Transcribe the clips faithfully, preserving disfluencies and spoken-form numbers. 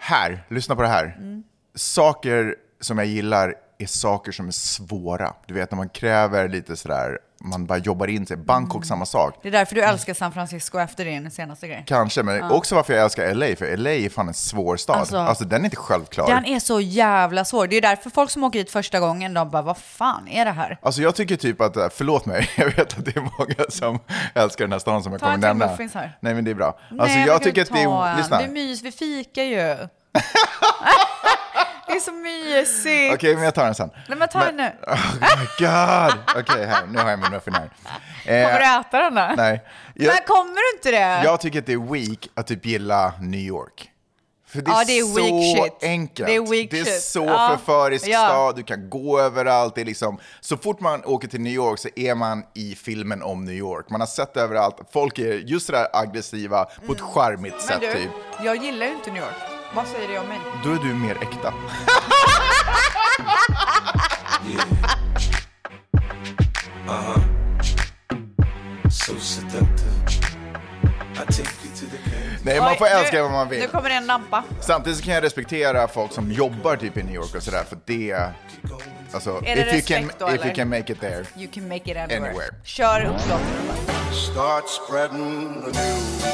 Här, lyssna på det här. Mm. Saker som jag gillar är saker som är svåra. Du vet, när man kräver lite sådär, man bara jobbar in sig. Bangkok, mm. samma sak. Det är därför du älskar San Francisco efter din senaste grej. Kanske, men ja. också varför jag älskar L A. För L A är fan en svår stad. Alltså, alltså den är inte självklar. Den är så jävla svår. Det är därför folk som åker hit första gången, de bara, vad fan är det här? Alltså jag tycker typ att, förlåt mig, jag vet att det är många som älskar den här staden som jag ta kommer nämna. Här. Nej, men det är bra. Nej, alltså jag tycker att det är... Lyssna. Det är mys, vi fikar ju. Det är så mysigt. Okej, okay, men jag tar den sen. Nej, men ta den nu. Oh my god. Okej, okay, här. Nu har jag min muffin här. Eh, kommer du äta den där? Nej. Jag, men kommer du inte det? Jag tycker att det är weak att typ gilla New York. För det är, ja, det är så weak shit. enkelt. Det är, weak det är shit. så ja. förförisk ja. stad. Du kan gå överallt. Det är liksom, så fort man åker till New York så är man i filmen om New York. Man har sett överallt. Folk är just sådär aggressiva på ett mm. charmigt sätt. Men du, typ. jag gillar ju inte New York. Vad säger det om mig? Då är du mer äkta. Yeah. Uh-huh. So seductive. I take you to the cave. Nej, man får älska vad man vill. Nu kommer det en lampa. Samtidigt så kan jag respektera folk som jobbar typ i New York och sådär, för det... Alltså, är det if, you can, då, if you can make it there. You can make it anywhere. anywhere. Kör upp låten. Start spreading the news.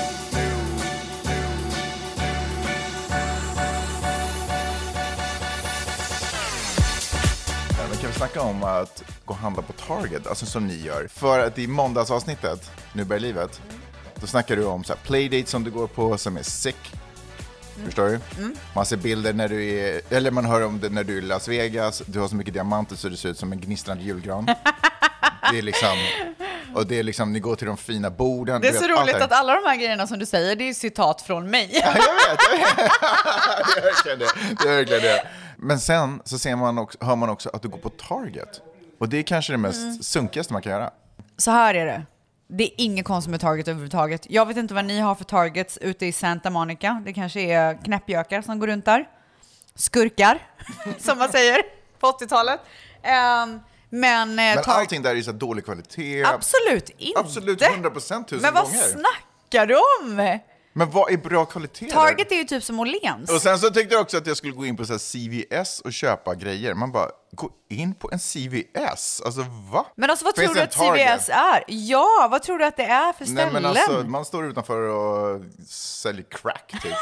Kan vi snacka om att gå och handla på Target, alltså som ni gör? För att i måndagsavsnittet, Nu börjar livet, mm. då snackar du om så här playdates som du går på som är sick. Mm. Förstår du? Mm. Man ser bilder när du är, eller man hör om det när du är i Las Vegas. Du har så mycket diamanter så det ser ut som en gnistrande julgran. Det är liksom, och det är liksom, ni går till de fina borden. Det är så vet, roligt att alla de här grejerna som du säger, det är citat från mig. Ja, jag vet, jag vet. Det är verkligen det. Det är verkligen det. Men sen så ser man också, hör man också att du går på Target. Och det är kanske det mest mm. sunkigaste man kan göra. Så här är det. Det är ingen konst med Target överhuvudtaget. Jag vet inte vad ni har för Targets ute i Santa Monica. Det kanske är knäppjökar som går runt där. Skurkar, som man säger på åttiotalet. Um, men men tar- allting där är så dålig kvalitet. Absolut inte. Absolut hundra procent tusen men vad gånger. snackar du om? Men vad är bra kvalitet? Target är ju typ som Åhléns. Och sen så tyckte jag också att jag skulle gå in på så här C V S och köpa grejer. Man bara, gå in på en C V S? Alltså, va? Men alltså, vad Finns tror du att C V S är? Ja, vad tror du att det är för ställen? Nej, men alltså, man står utanför och säljer crack, typ.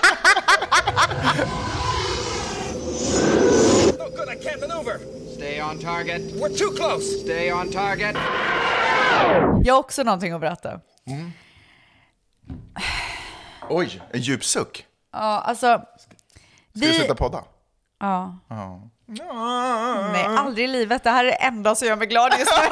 Oh, good, I can't maneuver. Stay on target. We're too close. Stay on target. Jag har också någonting att berätta. Mm. Oj, en djup suck. Ja, alltså... Ska vi... du sluta podda? Ja. Ja. Nej, aldrig i livet. Det här är det enda som gör mig glad just nu.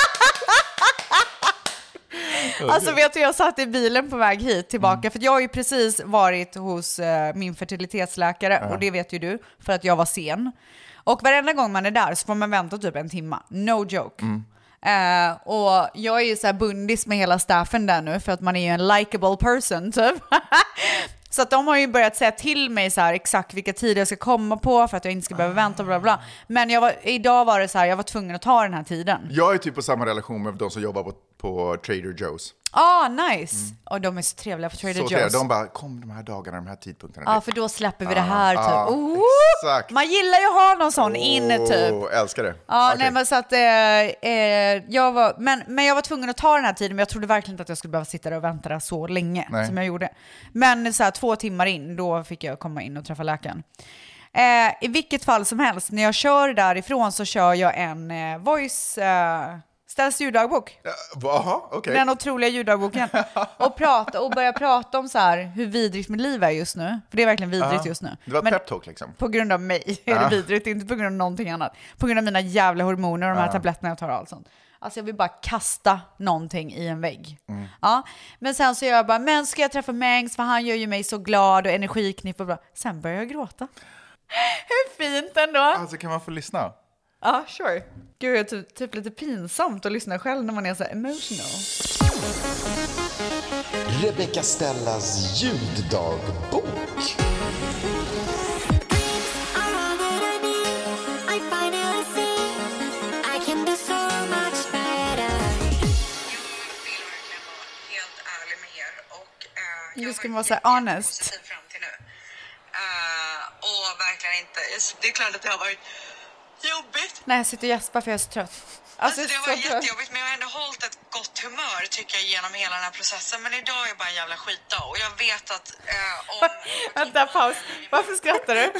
Alltså vet du, jag satt i bilen på väg hit tillbaka. Mm. För jag har ju precis varit hos uh, min fertilitetsläkare. Ja. Och det vet ju du, för att jag var sen. Och varenda gång man är där så får man vänta typ en timme. No joke. Mm. Uh, och jag är ju så här bundis med hela staffen där nu, för att man är ju en likable person typ. Så att de har ju börjat säga till mig så här exakt vilka tider jag ska komma på för att jag inte ska behöva vänta bla bla. Men jag var, idag var det så här, jag var tvungen att ta den här tiden. Jag är typ på samma relation med de som jobbar på, på Trader Joe's. Ah, nice. Mm. Och de är så trevliga på Trader så Joe's. Trevliga. De bara, kom de här dagarna, de här tidpunkterna. Ja, ah, för då släpper vi ah, det här typ. Ah, oh, exakt. Man gillar ju att ha någon sån oh, inne typ. Älskar det. Ja, ah, okay. nej men så att eh, eh, jag var, men, men jag var tvungen att ta den här tiden, men jag trodde verkligen inte att jag skulle behöva sitta där och vänta där så länge nej. Som jag gjorde. Men så här, två timmar in, då fick jag komma in och träffa läkaren. Eh, I vilket fall som helst, när jag kör därifrån så kör jag en eh, voice... Eh, Ställs ljuddagbok. Jaha, okej. Okay. Den otroliga ljuddagboken. Och prata och börja prata om så här hur vidrigt mitt liv är just nu. För det är verkligen vidrigt uh, just nu. Det var ett men peptalk liksom. På grund av mig är det uh. vidrigt, inte på grund av någonting annat. På grund av mina jävla hormoner och de här uh. tabletterna jag tar och allt sånt. Alltså jag vill bara kasta någonting i en vägg. Mm. Ja. Men sen så jag bara, men ska jag träffa Mengs för han gör ju mig så glad och energiknipp och bra. Sen börjar jag gråta. Hur fint ändå. Alltså kan man få lyssna? Ja, ah, sure. Gud, det är typ, typ lite pinsamt att lyssna själv när man är så emotional. Rebecca Stellas ljuddagbok. Du ska vara så här honest. verkligen inte. Det är klart att det har varit jobbigt. Nej, jag sitter och gäspar för jag är så trött. Alltså, alltså det har varit jättejobbigt, men jag har ändå hållit ett gott humör tycker jag genom hela den här processen. Men idag är jag bara en jävla skitdag och jag vet att eh, om... Vänta, paus. Varför skrattar du?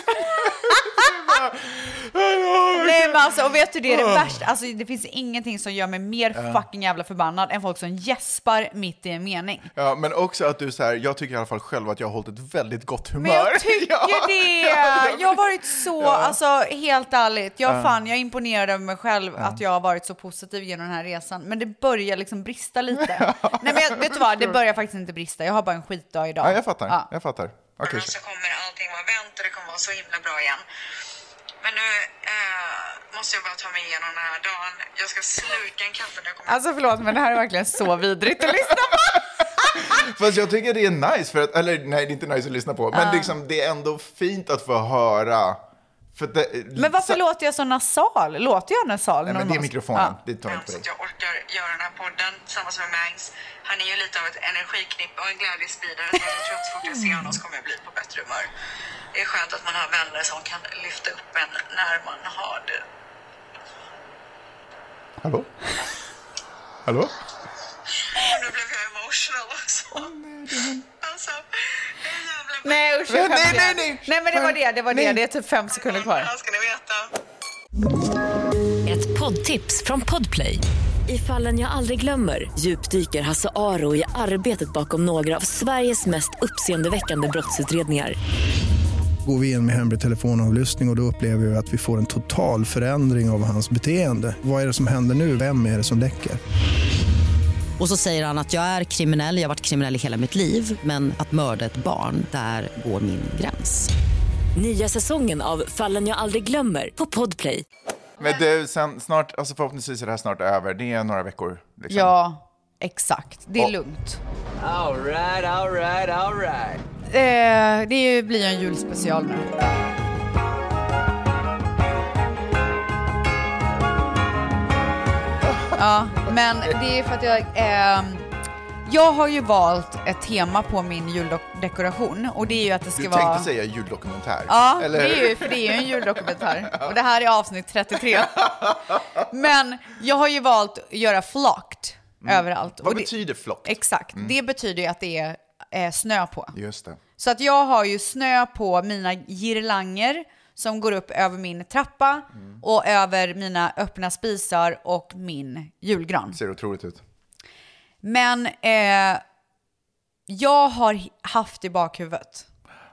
Nej men alltså, och vet du det är det värsta? Alltså det finns ingenting som gör mig mer fucking jävla förbannad än folk som gäspar mitt i en mening. Ja, men också att du så här, jag tycker i alla fall själv att jag har hållit ett väldigt gott humör. Men jag tycker ja. det. Jag har varit så, ja. alltså helt ärligt. Jag ja. fan, jag är imponerad över mig själv ja. att jag har varit så positiv genom den här resan. Men det börjar liksom brista lite. Nej men vet du vad, det börjar faktiskt inte brista. Jag har bara en skitdag idag. Ja, jag fattar, ja. jag fattar. Okay. Så kommer allting vara vänt och det kommer vara så himla bra igen. Men nu eh, måste jag bara ta mig igenom den här dagen. Jag ska sluka en kaffe när jag kommer. Alltså förlåt, men det här är verkligen så vidrigt att lyssna på. Fast jag tycker det är nice, för att, eller nej, det är inte nice att lyssna på. Men uh. liksom, det är ändå fint att få höra. För det, men varför så... låter jag så nasal? Låter jag nasal? Nej, men det är mikrofonen. Ja. Det tar inte på dig. Så att jag orkar göra den här podden tillsammans med Mangs. Han är ju lite av ett energiknipp och en glädjespridare. Så jag tror att så fort jag ser honom så kommer jag bli på bättre humör. Det är skönt att man har vänner som kan lyfta upp en när man har det. Hallå? Hallå? Och nu blev jag emotional också. Oh, nej, alltså, det är jävla... Nej, usch, nej, nej, nej, nej. Nej, men det var det, det var nej. det. Det är typ fem sekunder kvar. Det ska ni veta. Ett poddtips från Podplay. I Fallen jag aldrig glömmer djupdyker Hasse Aro i arbetet bakom några av Sveriges mest uppseendeväckande brottsutredningar. Går vi in med hemlig telefonavlyssning och, och då upplever vi att vi får en total förändring av hans beteende. Vad är det som händer nu? Vem är det som läcker? Och så säger han att jag är kriminell, jag har varit kriminell i hela mitt liv. Men att mörda ett barn, där går min gräns. Nya säsongen av Fallen jag aldrig glömmer på Podplay. Men du, sen snart, alltså förhoppningsvis är det här snart över. Det är några veckor. Liksom. Ja, exakt. Det är och... lugnt. All right, all right, all right. Eh, det blir en julspecial nu. Ja, men det är för att jag... Eh, jag har ju valt ett tema på min juldekoration och det är ju att det ska vara... Du tänkte säga juldokumentär. Ja, eller? Det är ju, för det är ju en juldokumentär. Och det här är avsnitt trettiotre. Men jag har ju valt att göra flocked mm. överallt. Vad och betyder det, flocked? Exakt, mm. det betyder ju att det är eh, snö på. Just det. Så att jag har ju snö på mina girlanger som går upp över min trappa mm. och över mina öppna spisar och min julgran. Det ser otroligt ut. Men eh, jag har haft i bakhuvudet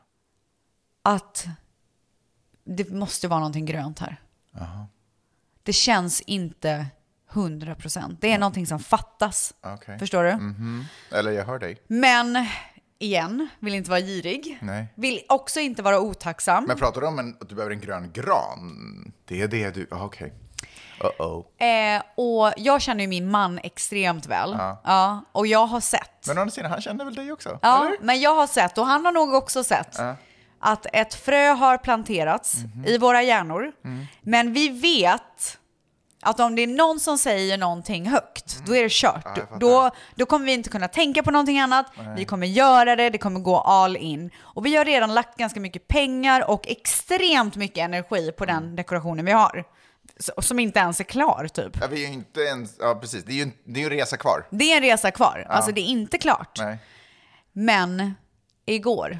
att det måste vara någonting grönt här. Uh-huh. Det känns inte hundra procent. Det är mm. någonting som fattas. Okay. Förstår du? Mm-hmm. Eller jag hör dig. Men igen, vill inte vara girig. Nej. Vill också inte vara otacksam. Men pratar du om en, att du behöver en grön gran? Det är det du... Ah, okej. Okay. Uh-oh. Eh, och jag känner ju min man extremt väl. Ja. Ja, och jag har sett. Men han, han känner väl dig också? Ja, eller? men jag har sett, och han har nog också sett, uh. att ett frö har planterats mm-hmm. i våra hjärnor. Mm. Men vi vet att om det är någon som säger någonting högt, mm. då är det kört. Ja, då, då kommer vi inte kunna tänka på någonting annat. Nej. Vi kommer göra det, det kommer gå all in. Och vi har redan lagt ganska mycket pengar och extremt mycket energi på den dekorationen vi har. Som inte ens är klar, typ. Ja, vi är ju inte ens... Ja, precis. Det är ju en, det är ju en resa kvar. Det är en resa kvar. Ja. Alltså, det är inte klart. Nej. Men igår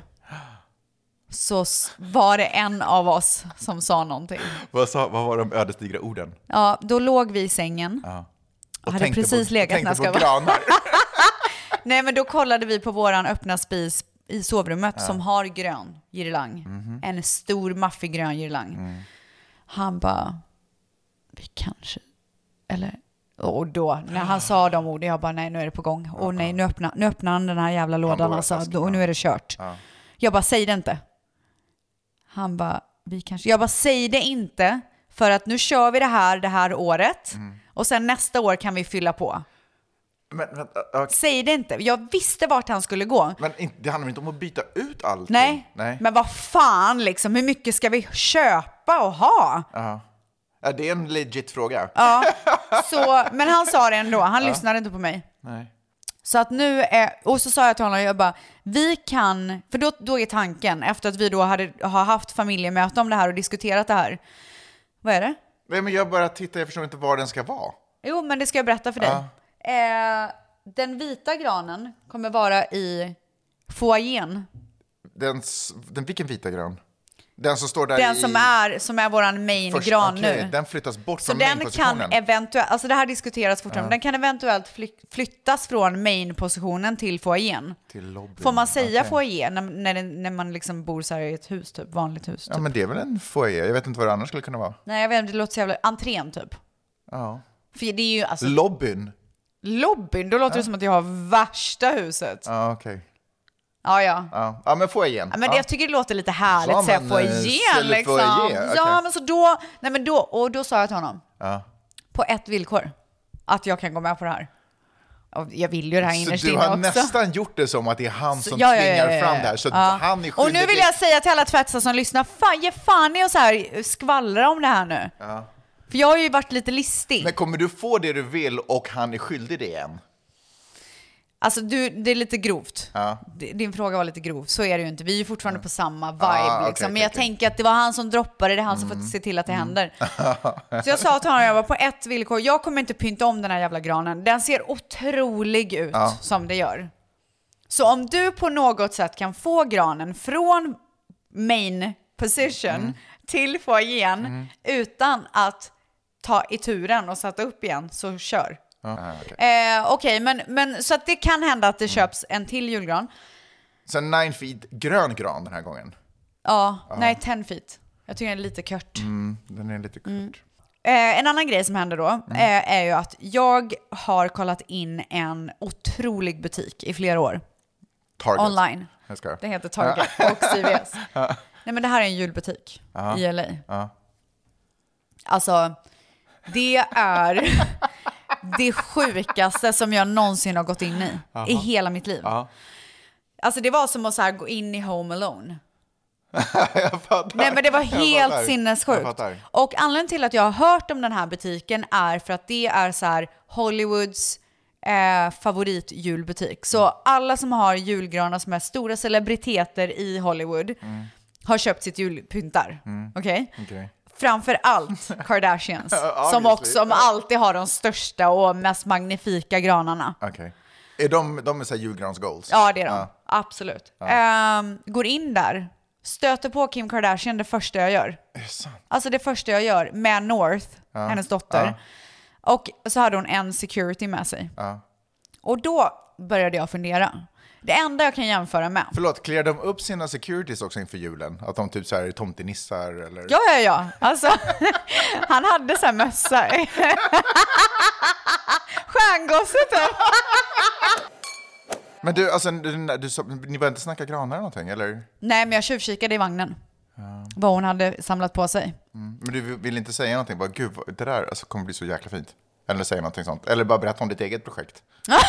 så var det en av oss som sa någonting. Vad, sa, vad var de ödesdigra orden? Ja, då låg vi i sängen. Ja. Och hade precis på, legat när ska granar. Nej, men då kollade vi på våran öppna spis i sovrummet ja. som har grön girlang. Mm-hmm. En stor maffig grön girlang. Mm. Han bara... Vi kanske, eller, och då, när han sa de orden, jag bara, nej, nu är det på gång. Och nej, nu öppnar, nu öppnar han den här jävla lådan, alltså, och nu är det kört. Ja. Jag bara, säg det inte. Han bara, vi kanske, jag bara, säg det inte, för att nu kör vi det här, det här året, mm. och sen nästa år kan vi fylla på. Men, men, uh, säg det inte. Jag visste vart han skulle gå. Men det handlar inte om att byta ut allting. Nej, nej. Men vad fan, liksom, hur mycket ska vi köpa och ha? Ja. Ja, det är en legit fråga. Ja, så, men han sa det ändå. Han ja. lyssnade inte på mig. Nej. Så att nu är, och så sa jag till honom, jag bara, vi kan, för då, då är tanken, efter att vi då hade, har haft familjemöte om det här och diskuterat det här. Vad är det? Nej, men jag bara tittar, jag förstår inte var den ska vara. Jo, men det ska jag berätta för dig. Ja. Eh, den vita granen kommer vara i foajén. Den, den, vilken vita gran? Den som står där den i... som är, som är våran main-gran okay, nu. Den flyttas bort så från den main-positionen. kan eventuellt, alltså det här diskuteras fortfarande, ja. Den kan eventuellt fly, flyttas från main-positionen till foajén. Till lobbyn. Får man säga okay. foajé när, när, när man liksom bor så här i ett hus, typ vanligt hus? Typ. Ja, men det är väl en foajé. Jag vet inte vad det annars skulle kunna vara. Nej, jag vet inte, det låter så jävla... Entrén, typ. Ja. För det är ju alltså... Lobbyn? Lobbyn? Då låter ja. det som att jag har värsta huset. Ja, okej. Okay. Ja, ja. Ja, ja men foajén. Ja, men ja. jag tycker det låter lite härligt att säga foajén, liksom. Foajé, okay. Ja, men så då... Nej, men då... Och då sa jag till honom. Ja. På ett villkor. Att jag kan gå med på det här. Och jag vill ju det här innerst inne också. Så du har nästan gjort det som att det är han som så, ja, tvingar ja, ja, ja. fram det här. Så ja. han är och nu vill jag säga till alla tvättsar som lyssnar, fan, ge fan i och så här skvallra om det här nu. Ja. För jag har ju varit lite listig. Men kommer du få det du vill och han är skyldig det igen? Alltså du, det är lite grovt. Ja. Din fråga var lite grov. Så är det ju inte. Vi är ju fortfarande ja. på samma vibe. Ah, okay, liksom. Men okay, jag okay. tänker att det var han som droppade. Det är han som mm. får se till att det mm. händer. Så jag sa till honom, jag var på ett villkor. Jag kommer inte pynta om den här jävla granen. Den ser otrolig ut ja. som det gör. Så om du på något sätt kan få granen från main position mm. till foajén mm. utan att ta i turen och sätta upp igen, så kör. Ah, Okej, okay. eh, okay, men, men så att det kan hända att det mm. köps en till julgran. Så nine feet grön gran den här gången? Ja, ah. nej, ten feet. Jag tycker den är lite kort. Mm, den är lite kort. Mm. Eh, en annan grej som händer då mm. eh, är ju att jag har kollat in en otrolig butik i flera år. Target. Online. Jag ska. Det heter Target och C V S. Nej, men det här är en julbutik Aha. i L A. Aha. Alltså, det är det sjukaste som jag någonsin har gått in i Aha. i hela mitt liv. Aha. Alltså det var som att så här gå in i Home Alone. Jag fattar. Nej, men det var helt sinnessjukt. Och anledningen till att jag har hört om den här butiken är för att det är så här Hollywoods eh, favoritjulbutik. Så mm. alla som har julgranar som är stora celebriteter i Hollywood mm. har köpt sitt julpyntar. Mm. Okej? Okay? Okay. Framför allt Kardashians. som också som alltid har de största och mest magnifika granarna. Okej. Okay. Är de, de är så här julgransgoals? Ja, det är de. Ja. Absolut. Ja. Um, går in där. Stöter på Kim Kardashian det första jag gör. Är det sant? Alltså det första jag gör med North, ja. hennes dotter. Ja. Och så hade hon en security med sig. Ja. Och då började jag fundera. Det enda jag kan jämföra med. Förlåt, klär de upp sina securities också inför julen? Att de typ så här är tomtenissar eller? Ja, ja, ja. Alltså, han hade så här mössa. Stjärngosset då. Men du, alltså, du, du, ni började inte snacka granar eller någonting, eller? Nej, men jag tjuvkikade i vagnen. Ja. Vad hon hade samlat på sig. Mm. Men du vill inte säga någonting? Bara, gud, det där alltså, kommer bli så jäkla fint. Eller säga någonting sånt. Eller bara berätta om ditt eget projekt.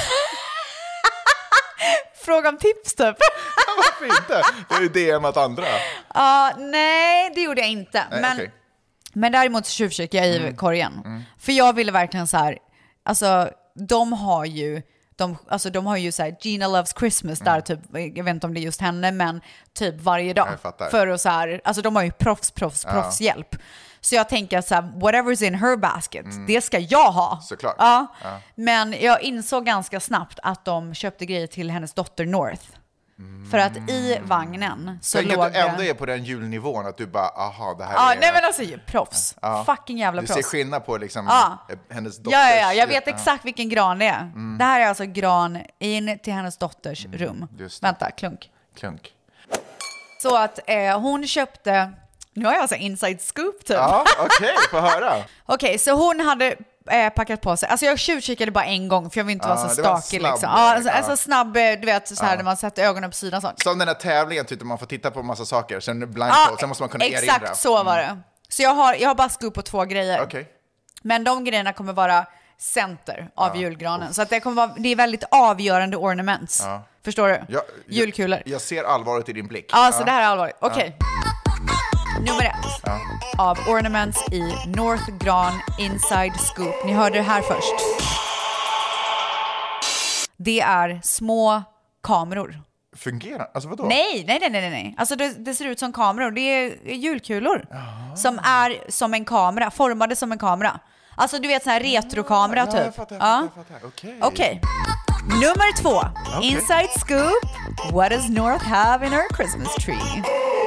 Fråga om tips typ. Varför inte? Det är ju D M att andra. Ja, uh, nej, det gjorde jag inte. Nej, men, okay. men däremot tjuvkikade jag i mm. korgen. Mm. För jag ville verkligen så här, alltså de har ju De, alltså de har ju så här Gina Loves Christmas mm. där typ, jag vet inte om det är just henne, men typ varje dag för att så här, alltså de har ju proffs, proffs, ja. proffs hjälp. Så jag tänker att så här, whatever's in her basket, mm. det ska jag ha. Såklart. Ja. Ja. Men jag insåg ganska snabbt att de köpte grejer till hennes dotter North. Mm. För att i vagnen så tänk låg att du ändå är på den julnivån att du bara, aha, det här ja, är... Nej men alltså, proffs. Ja. Fucking jävla proffs. Du ser skillnad på liksom ja. hennes dotters... Ja, ja, ja, jag vet exakt vilken gran det är. Mm. Det här är alltså gran in till hennes dotters mm. rum. Vänta, klunk. Klunk. Så att eh, hon köpte... Nu har jag alltså inside scoop typ. Ja, okej, okay, få höra. Okej, okay, så hon hade eh, packat på sig. Alltså jag tjuvkikade bara en gång för jag vill inte ja, vara så stakig liksom. Ja, alltså, ja. alltså snabb, du vet, så här ja. när man sätter ögonen på sidan sånt. Som den här tävlingen typ, man får titta på en massa saker, sen blindfold, ja, sen måste man kunna exakt erinra. Exakt så var det. Mm. Så jag har, jag har bara scoop på två grejer. Okay. Men de grejerna kommer vara center av ja. julgranen. Oh. Så att det kommer vara, det är väldigt avgörande ornaments. Ja. Förstår du? Ja, julkulor. Jag, jag ser allvaret i din blick. Ja, ja. Så det här är allvarligt. Okej. Okay. Ja. Nummer ett ja. av ornaments i North Gran Inside Scoop. Ni hörde det här först. det är små kameror. Fungerar? Alltså vadå? Nej, nej, nej, nej, nej. Alltså det, det ser ut som kameror. Det är julkulor. Aha. Som är som en kamera, formade som en kamera. Alltså du vet sån här retrokamera ja, typ. Jag fattar, jag fattar, jag fattar. Okej. Okay. Okay. Nummer två. Okay. Inside scoop. What does North have in her Christmas tree?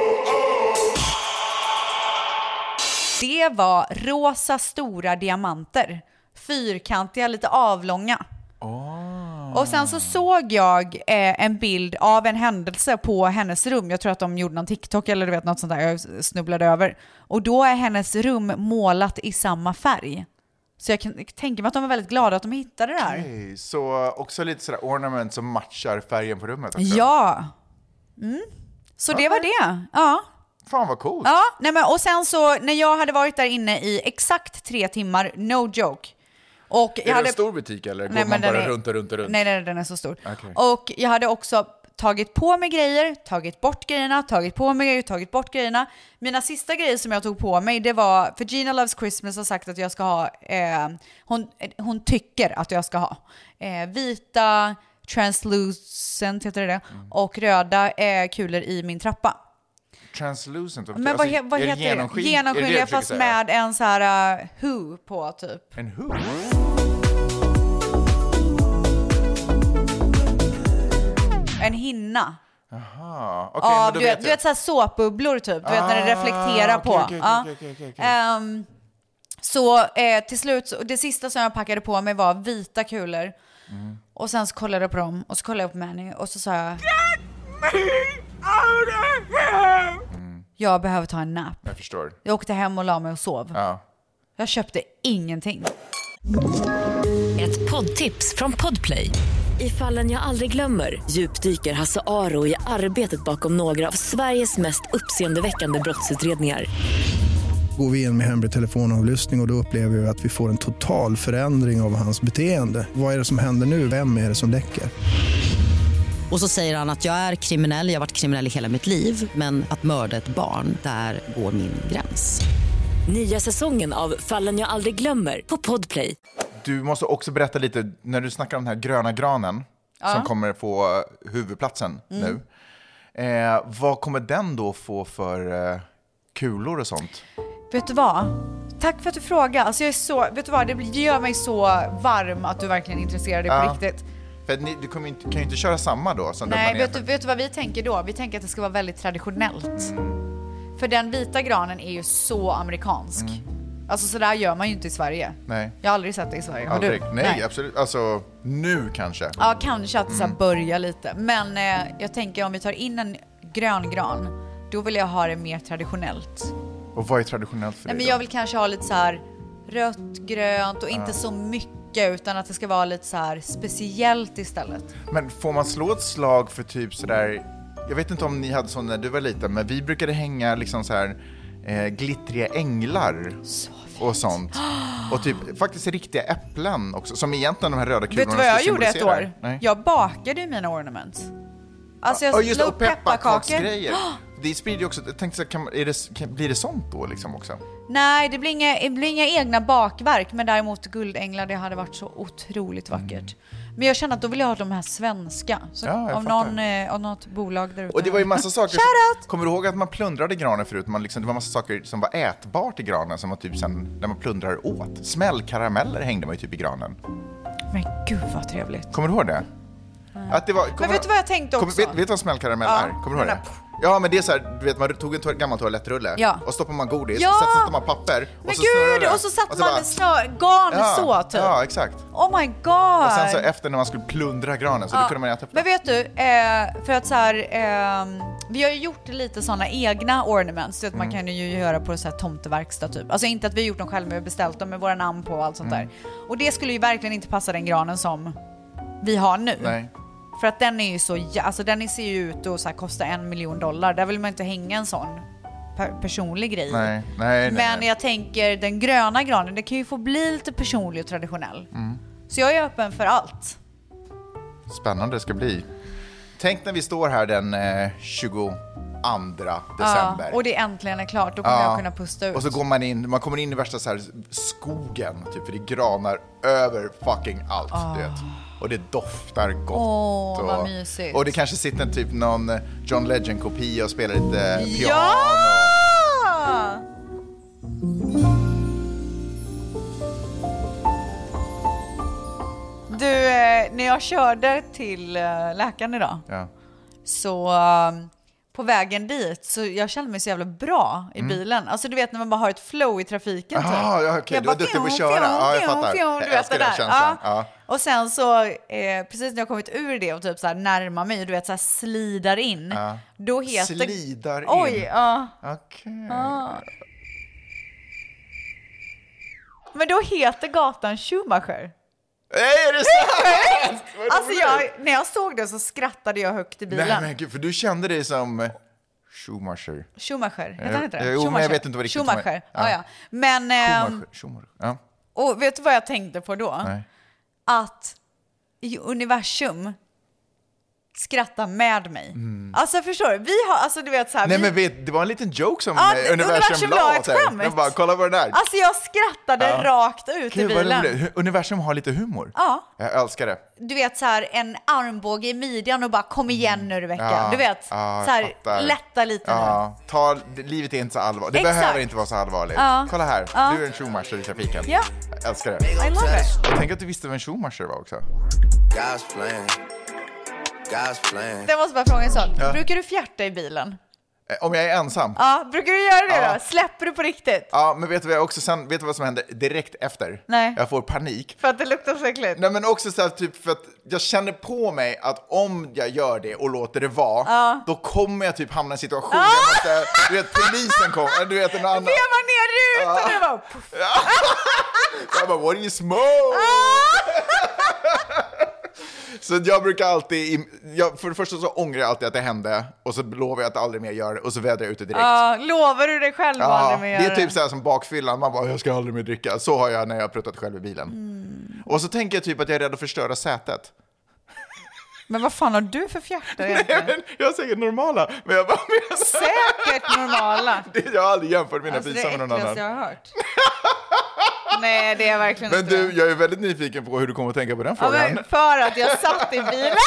Det var rosa stora diamanter. Fyrkantiga, lite avlånga. Oh. Och sen så såg jag eh, en bild av en händelse på hennes rum. Jag tror att de gjorde någon TikTok eller du vet något sånt där. Jag snubblade över. Och då är hennes rum målat i samma färg. Så jag kan tänka mig att de var väldigt glada att de hittade det här. Okay. Så också lite sådär ornament som matchar färgen på rummet också. Ja. Mm. Så okay. Det var det. Ja. Fan vad coolt. Ja, nej men, och sen så när jag hade varit där inne i exakt tre timmar, no joke. Och är jag det hade... en stor butik eller går nej, man bara är... runt och runt och runt? Nej, nej, den är så stor. Okay. Och jag hade också tagit på mig grejer, tagit bort grejerna, tagit på mig grejer, tagit bort grejerna. Mina sista grejer som jag tog på mig, det var, för Gina Loves Christmas har sagt att jag ska ha, eh, hon, hon tycker att jag ska ha eh, vita, translucent heter det, mm. och röda eh, kulor i min trappa. Translucent? Men alltså, vad, he- vad heter det? Genomskinliga, genomskinliga fast med en så här uh, hu på typ. En hu? En hinna. Aha. Okay, ja, men då du, vet vet, du vet så här såpbubblor typ. Du ah, vet när det reflekterar okay, på. Okay, okay, ja. okay, okay, okay. Um, så eh, till slut, så, det sista som jag packade på mig var vita kulor. Mm. Och sen så kollade jag på dem och så kollade jag på Manny och så sa jag Get me out of here! Mm. Jag behöver ta en nap. Jag förstår. Jag åkte hem och la mig och sov. Ja. Jag köpte ingenting. Ett poddtips från Podplay. I Fallen jag aldrig glömmer djupdyker Hasse Aro i arbetet bakom några av Sveriges mest uppseendeväckande brottsutredningar. Går vi in med hemlig telefonavlyssning och då upplever vi att vi får en total förändring av hans beteende. Vad är det som händer nu? Vem är det som läcker? Och så säger han att jag är kriminell, jag har varit kriminell i hela mitt liv. Men att mörda ett barn, där går min gräns. Nya säsongen av Fallen jag aldrig glömmer på Podplay. Du måste också berätta lite, när du snackar om den här gröna granen ja. som kommer få huvudplatsen mm. nu. Eh, vad kommer den då få för eh, kulor och sånt? Vet du vad? Tack för att du frågar. Alltså jag är så, vet du vad? Det gör mig så varm att du verkligen är intresserad ja. på riktigt. För ni, du kommer inte, kan ju inte köra samma då som nej, vet du, vet du vad vi tänker då? Vi tänker att det ska vara väldigt traditionellt. Mm. För den vita granen är ju så amerikansk. Mm. Alltså så där gör man ju inte i Sverige. Nej. Jag har aldrig sett det i Sverige. Har aldrig. du? Nej, Nej, absolut. Alltså nu kanske. Ja, kanske att det mm. så börjar lite. Men eh, jag tänker om vi tar in en grön gran, då vill jag ha det mer traditionellt. Och vad är traditionellt för Nej, dig men då? jag vill kanske ha lite så här rött, grönt och inte ja. så mycket, utan att det ska vara lite så här speciellt istället. Men får man slå ett slag för typ så där, jag vet inte om ni hade sån när du var liten, men vi brukade hänga liksom så här eh, glittriga änglar så och sånt. Och typ faktiskt riktiga äpplen också, som egentligen de här röda kulorna. Vet du vad jag gjorde ett år? Nej. Jag bakade ju mina ornaments. Alltså jag oh, just slog upp pepparkakor. Det sprider ju också, jag tänkte så kan, är det, kan, blir det sånt då liksom också? Nej, det blir inga, det blir inga egna bakverk, men däremot guldänglar, det hade varit så otroligt vackert. Mm. Men jag känner att då vill jag ha de här svenska. Så ja, av, någon, eh, av något bolag där ute. Och det var ju massa saker. Som, kommer du ihåg att man plundrade granen förut? Man liksom, det var massa saker som var ätbart i granen som var typ sen när man plundrar åt. Smällkarameller hängde man ju typ i granen. Men gud vad trevligt. Kommer du ihåg det? Att det var, men vet du vad jag tänkte också? Kom, vet, vet du vad smällkaramell ja. är? Kommer du ihåg det? Ja, men det är så här, du vet, man tog en to- gammal toalettrulle ja. och stoppar man godis ja. och så sätter man papper. Men och så gud, och så satte och så man bara, snö, garn ja, så typ. Ja, exakt. Oh my god. Och sen så efter när man skulle plundra granen så ja. då kunde man äta upp det. Men vet du, eh, för att så här, eh, vi har ju gjort lite sådana egna ornaments. Så att mm. man kan ju göra på så här tomteverkstad typ. Alltså inte att vi har gjort dem själva, men vi har beställt dem med våra namn på och allt sånt mm. där. Och det skulle ju verkligen inte passa den granen som vi har nu. Nej. För att den är ju så, alltså den ser ju ut att så här kosta en miljon dollar. Där vill man inte hänga en sån per- personlig grej. Nej, nej, Men nej. jag tänker den gröna granen, det kan ju få bli lite personlig och traditionell. Mm. Så jag är öppen för allt. Spännande det ska bli. Tänk när vi står här den eh, tjugoandra december. Ja, och det äntligen är klart, då kommer ja. jag kunna pusta ut. Och så går man in, man kommer in i värsta så här skogen typ, för det granar över fucking allt, oh. du vet. Och det doftar gott. Åh, och, vad mysigt. och det kanske sitter typ någon John Legend-kopia och spelar lite piano. Ja! Du, eh, när jag körde till eh, läkaren idag Ja. så eh, på vägen dit så jag kände mig så jävla bra i bilen. Alltså du vet när man bara har ett flow i trafiken. Jaha, typ. ja, okej. Jag Du är bara, duktig på att fjong, köra. fjong, Ja, jag fjong, fattar. fjong, Jag du vet älskar det den där. känslan. Ja. Ja. Och sen så, eh, precis när jag kommit ur det och typ så här närmar mig och du vet så här slidar in. Ja. Då heter... Slidar in? Oj, ja. Okej. Ja. Men då heter gatan Schumacher. Nej, är det sant? Vad Alltså roligt. jag, när jag såg det så skrattade jag högt i bilen. Nej men gud, för du kände dig som Schumacher. Schumacher, heter Eh, han inte det? jo, men Schumacher. jag vet inte vad riktigt Schumacher, som är- ja. ja. ja. Men, ehm, Schumacher. Schumacher. Ja. och vet du vad jag tänkte på då? Nej. Att i universum skrattar med mig. Alltså förstår du? Vi har, alltså du vet så här. Nej vi... men vet, det var en liten joke som Ja, eh, universum, universum la la åt ett dig. skämt. Jag bara, kolla på den där. Alltså jag skrattade Ja. rakt ut Gud, i vad bilen. roligt. Universum har lite humor. Ja. Jag älskar det. Du vet så här en armbåge i midjan och bara kom igen nu Rebecka. Ja, Du vet, ja, så här jag fattar. lätta lite nu. Ja, ta, livet är inte så allvarligt. Det Exakt. behöver inte vara så allvarligt. Ja. Kolla här, Ja. du är en Schumacher i trafiken. Ja. Jag älskar det. I love it. Och tänk att du visste vem en Schumacher var också. God's plan. God's plan. Jag måste bara fråga en sak. Ja. Brukar du fjärta i bilen? Eh, Om jag är ensam? Ja, brukar du göra det Ja. då? Släpper du på riktigt? Ja, men vet du vad jag också sen, vet du vad som händer direkt efter? Nej. Jag får panik. För att det luktar så äckligt? Nej men också så här, typ för att jag känner på mig att om jag gör det och låter det vara, Ja. då kommer jag typ hamna i en situation där jag måste, du vet polisen kommer, du vet en annan. Veva ner rutan Ja. och bara... puff. Jag bara, what do you smoke? Så jag brukar alltid, jag, för det första så ångrar jag alltid att det hände och så lovar jag att aldrig mer göra det och så vädrar jag ut det direkt. Ja, lovar du dig själv Ja, aldrig mer det göra är typ så här som bakfyllan, man bara, jag ska aldrig mer dricka. Så har jag när jag har pruttat själv i bilen. Mm. Och så tänker jag typ att jag är rädd att förstöra sätet. Men vad fan har du för fjärtar Nej, egentligen? men jag är säkert normala, men jag bara menar... Säkert normala. Det, jag har aldrig jämfört mina Alltså det fisar med någon äckligaste annan. jag har hört. Nej, det är verkligen Men inte du, det. jag är väldigt nyfiken på hur du kommer att tänka på den Ja, frågan. men för att jag satt i bilen.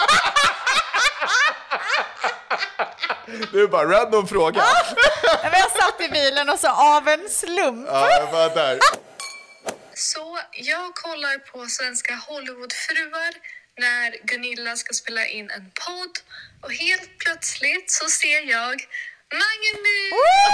Det är bara random fråga. Ja, men jag satt i bilen och så av en slump. Ja, jag bara där. Så jag kollar på svenska Hollywoodfruar när Gunilla ska spela in en podd och helt plötsligt så ser jag Magnus!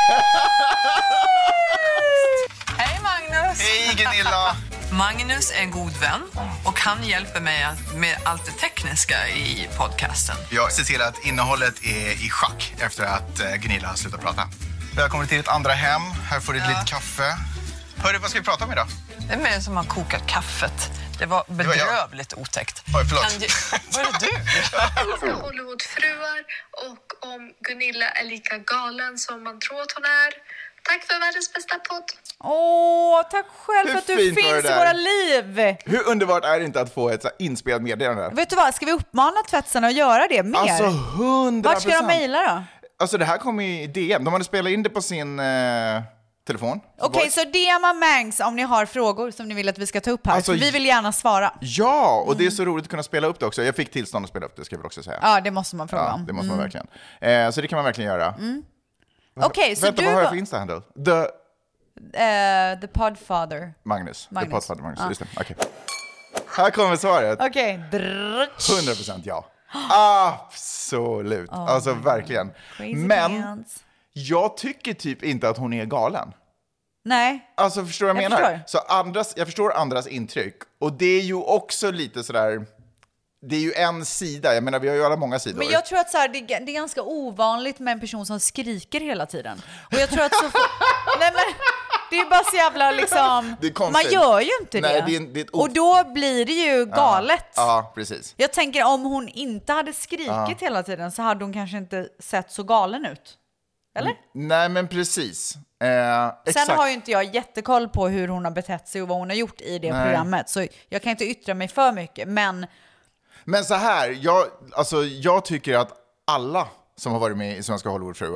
Hej Magnus! Hej Gunilla! Magnus är en god vän och han hjälper mig att- med allt det tekniska i podcasten. Jag ser till att innehållet är i schack efter att eh, Gunilla har slutat prata. Välkommen till ett andra hem. Här får du ett Ja. litet kaffe. Hörru, vad ska vi prata om idag? Det är mer som har kokat kaffet. Det var var jag. bedrövligt otäckt. Oj, förlåt. Kan du- Var det du? Hollywoodfruar och om Gunilla är lika galen som man tror att hon är. Tack för världens bästa podd. Åh, tack själv Hur för att du fint var finns det i där? våra liv. Hur underbart är det inte att få ett så här inspelat meddelande? Vet du vad, ska vi uppmana tvättsarna att göra det mer? Alltså hundra Vart ska de procent. mejla då? Alltså det här kom i D M. De hade spelat in det på sin eh, telefon. Okej, så D M Mangs om ni har frågor som ni vill att vi ska ta upp här. Alltså, för vi vill gärna svara. Ja, och det är så roligt att kunna spela upp det också. Jag fick tillstånd att spela upp det, ska jag väl också säga. Ja, det måste man fråga Ja, om. det måste man verkligen. Eh, så det kan man verkligen göra. Mm. Okej, så Vänta, du vad har jag var- för Insta-handle? The Eh, the Podfather. Magnus. Magnus. The Podfather Magnus, Ja. just det. Okej. Här kommer svaret. Okej. hundra procent ja. Absolut. Alltså verkligen. Crazy Men pants. jag tycker typ inte att hon är galen. Nej. Alltså förstår du vad jag, Jag menar? förstår. Så andras, jag förstår andras intryck. Och det är ju också lite sådär... Det är ju en sida, jag menar vi har ju alla många sidor. Men jag tror att så här, det, det är ganska ovanligt med en person som skriker hela tiden. Och jag tror att så... Nej men, det är bara så jävla liksom... Det är konstigt. Man gör ju inte Nej, det. det är- det är ett o- Och då blir det ju galet. Ja, ja, precis. Jag tänker om hon inte hade skrikit Ja. hela tiden så hade hon kanske inte sett så galen ut. Eller? Nej men precis. Eh, Sen exakt. har ju inte jag jättekoll på hur hon har betett sig och vad hon har gjort i det Nej. programmet. Så jag kan inte yttra mig för mycket. Men Men så här, jag, alltså, jag tycker att alla som har varit med i Svenska Hollywoodfruar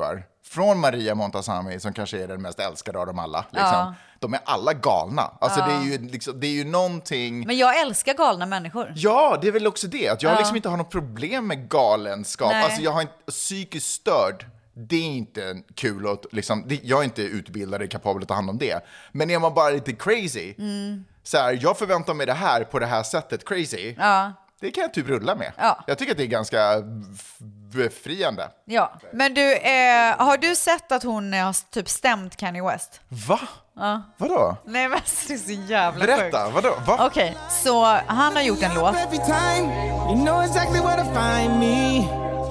från Maria Montazami, som kanske är den mest älskade av dem alla. Liksom. Ja. De är alla galna. Alltså Ja. det, är ju, liksom, det är ju någonting... Men jag älskar galna människor. Ja, det är väl också det. Att jag Ja. liksom inte har något problem med galenskap. Nej. Alltså jag har inte psykiskt störd. Det är inte kul att liksom, det, jag är inte utbildad och kapabel att ta hand om det. Men är man bara lite crazy, Mm. så här, jag förväntar mig det här på det här sättet crazy. Ja. Det kan jag typ rulla med. Ja. Jag tycker att det är ganska befriande. Ja. Men du, eh, har du sett att hon har typ stämt Kanye West? Va? Ja. Vadå? Nej men det är så jävla Berätta, sjukt. vadå? Va? Okej, så han har gjort en låt. Every time, you know exactly where to find me.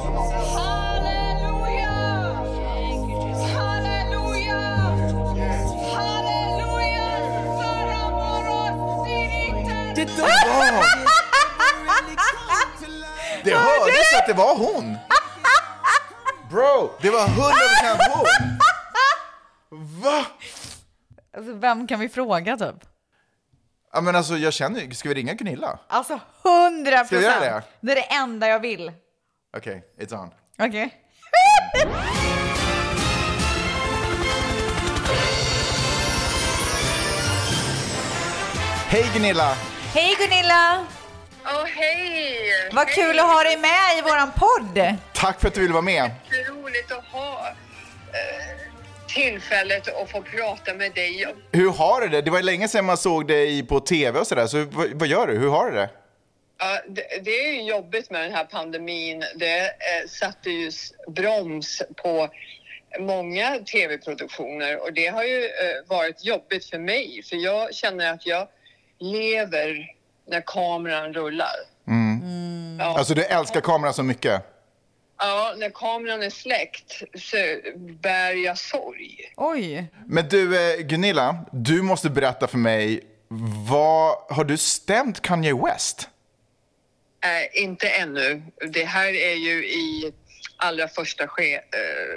Det hördes att det var hon. Bro, det var hundra procent hon. Va? Alltså, vem kan vi fråga typ? Ja, men alltså jag känner, ska vi ringa Gunilla? Alltså hundra Ska vi göra procent. det? Det är det enda jag vill. Okej, okay, it's on. Okej. Hej Gunilla! Hej Gunilla! Åh, oh, hej! Vad hej. kul att ha dig med i våran podd. Tack för att du ville vara med. Det är roligt att ha eh, tillfället att få prata med dig. Hur har du det? Det var länge sedan man såg dig på tv och sådär, så vad, vad gör du? Hur har du det? Ja, det, det är ju jobbigt med den här pandemin. Det eh, satte ju broms på många tv-produktioner och det har ju eh, varit jobbigt för mig. För jag känner att jag lever när kameran rullar. Mm. Mm. Ja. Alltså du älskar kameran så mycket? Ja, när kameran är släckt så bär jag sorg. Oj. Men du eh, Gunilla, du måste berätta för mig, vad, har du stämt Kanye West? Äh, inte ännu. Det här är ju i allra första ske, äh,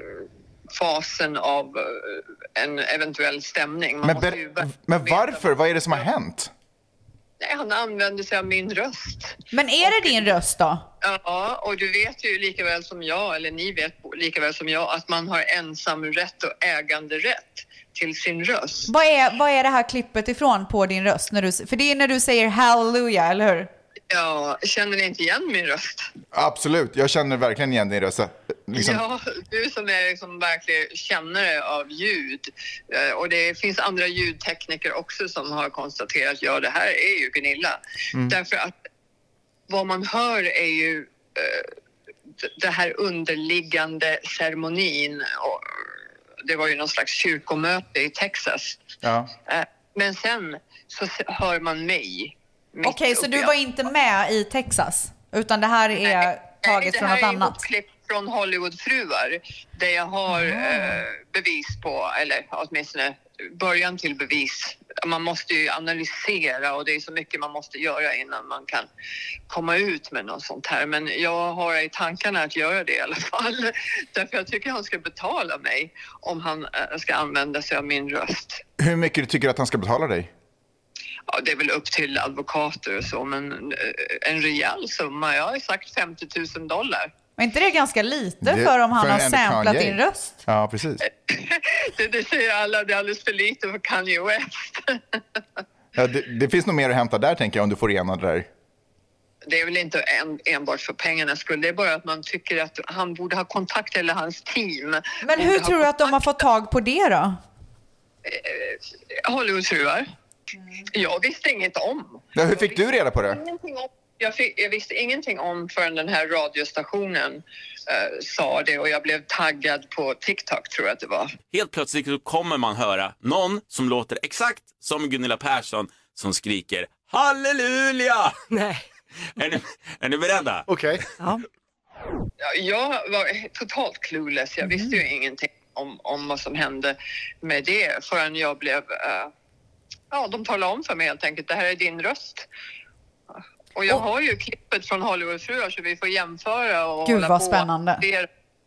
fasen av äh, en eventuell stämning. Man Men, måste ber- ju men varför? Vad är det som har hänt? Nej, han använder sig av min röst. Men är det din röst då? Ja, och du vet ju lika väl som jag, eller ni vet lika väl som jag, att man har ensamrätt och äganderätt till sin röst. Vad är, vad är det här klippet ifrån på din röst? När du, för det är när du säger halleluja, eller hur? Ja, känner ni inte igen min röst? Absolut, jag känner verkligen igen din röst. Liksom. Ja, du som är liksom verkligen kännare av ljud. Eh, Och det finns andra ljudtekniker också som har konstaterat att ja, det här är ju Gunilla. Mm. Därför att vad man hör är ju eh, d- det här underliggande ceremonin. Och det var ju någon slags kyrkomöte i Texas. Ja. Eh, Men sen så s- hör man mig. mitt Okej, så uppe du i- var inte med i Texas? Utan det här är taget Nej, från något det här är annat? ihopklipp från Hollywoodfruar där jag har eh, bevis på, eller åtminstone början till bevis. Man måste ju analysera och det är så mycket man måste göra innan man kan komma ut med något sånt här. Men jag har i tankarna att göra det i alla fall. Därför jag tycker han ska betala mig om han eh, ska använda sig av min röst. Hur mycket du tycker att han ska betala dig? Ja, det är väl upp till advokater och så, men eh, en rejäl summa. Jag har sagt femtio tusen dollar. Men inte det ganska lite Det- för om han för har en samplat Kanye. din röst? Ja, precis. Det, det säger alla, det är alldeles för lite för Kanye West. Ja, det, det finns nog mer att hämta där, tänker jag, om du får igenom det där. Det är väl inte en, enbart för pengarnas skull. Det är bara att man tycker att han borde ha kontakt, eller hans team. Men hur tror du att de har fått tag på det då? Hollywoodfruar. Jag visste inget om. Ja, hur fick du reda på det? Ingenting om. Jag, fick, jag visste ingenting om förrän den här radiostationen eh, sa det och jag blev taggad på TikTok, tror jag att det var. Helt plötsligt så kommer man höra någon som låter exakt som Gunilla Persson som skriker halleluja! Nej. Är ni, är ni beredda? Okej. Okay. Ja. Ja, jag var totalt clueless. Jag visste ju ingenting om, om vad som hände med det förrän jag blev... Uh, ja, de talade om för mig helt enkelt. Det här är din röst. Och jag oh. har ju klippet från Hollywoodfruar så vi får jämföra och Gud, hålla vad på. spännande. Det är...